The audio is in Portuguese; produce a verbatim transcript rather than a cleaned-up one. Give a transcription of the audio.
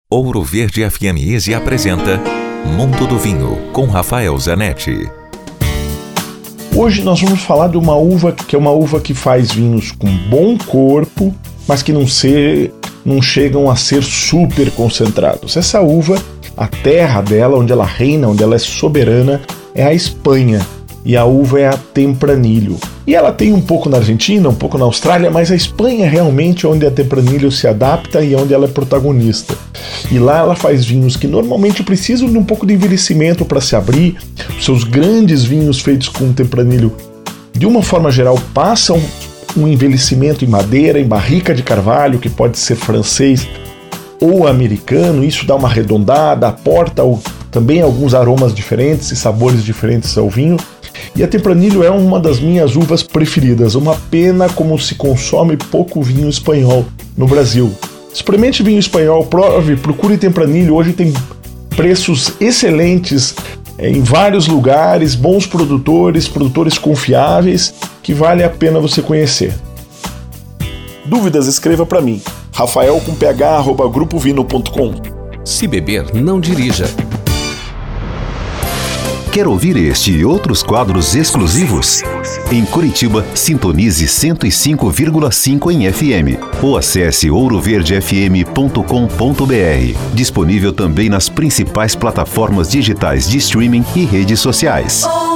Ouro Verde F M Easy apresenta Mundo do Vinho, com Rafael Zanetti. Hoje nós vamos falar de uma uva que é uma uva que faz vinhos com bom corpo, mas que não, ser, não chegam a ser super concentrados. Essa uva, a terra dela, onde ela reina, onde ela é soberana, é a Espanha. E a uva é a Tempranillo. E ela tem um pouco na Argentina, um pouco na Austrália, mas a Espanha é realmente onde a Tempranillo se adapta e onde ela é protagonista. E lá ela faz vinhos que normalmente precisam de um pouco de envelhecimento para se abrir. Os seus grandes vinhos feitos com Tempranillo, de uma forma geral, passam um envelhecimento em madeira, em barrica de carvalho, que pode ser francês ou americano. Isso dá uma arredondada, aporta o, também alguns aromas diferentes e sabores diferentes ao vinho. E a Tempranillo é uma das minhas uvas preferidas. Uma pena como se consome pouco vinho espanhol no Brasil. Experimente vinho espanhol, prove, procure Tempranillo. Hoje tem preços excelentes em vários lugares, bons produtores, produtores confiáveis, que vale a pena você conhecer. Dúvidas, escreva para mim, rafael com ph arroba grupo vino ponto com. Se beber, não dirija. Quer ouvir este e outros quadros exclusivos? Em Curitiba, sintonize cento e cinco vírgula cinco em F M ou acesse ouro verde f m ponto com ponto b r. Disponível também nas principais plataformas digitais de streaming e redes sociais.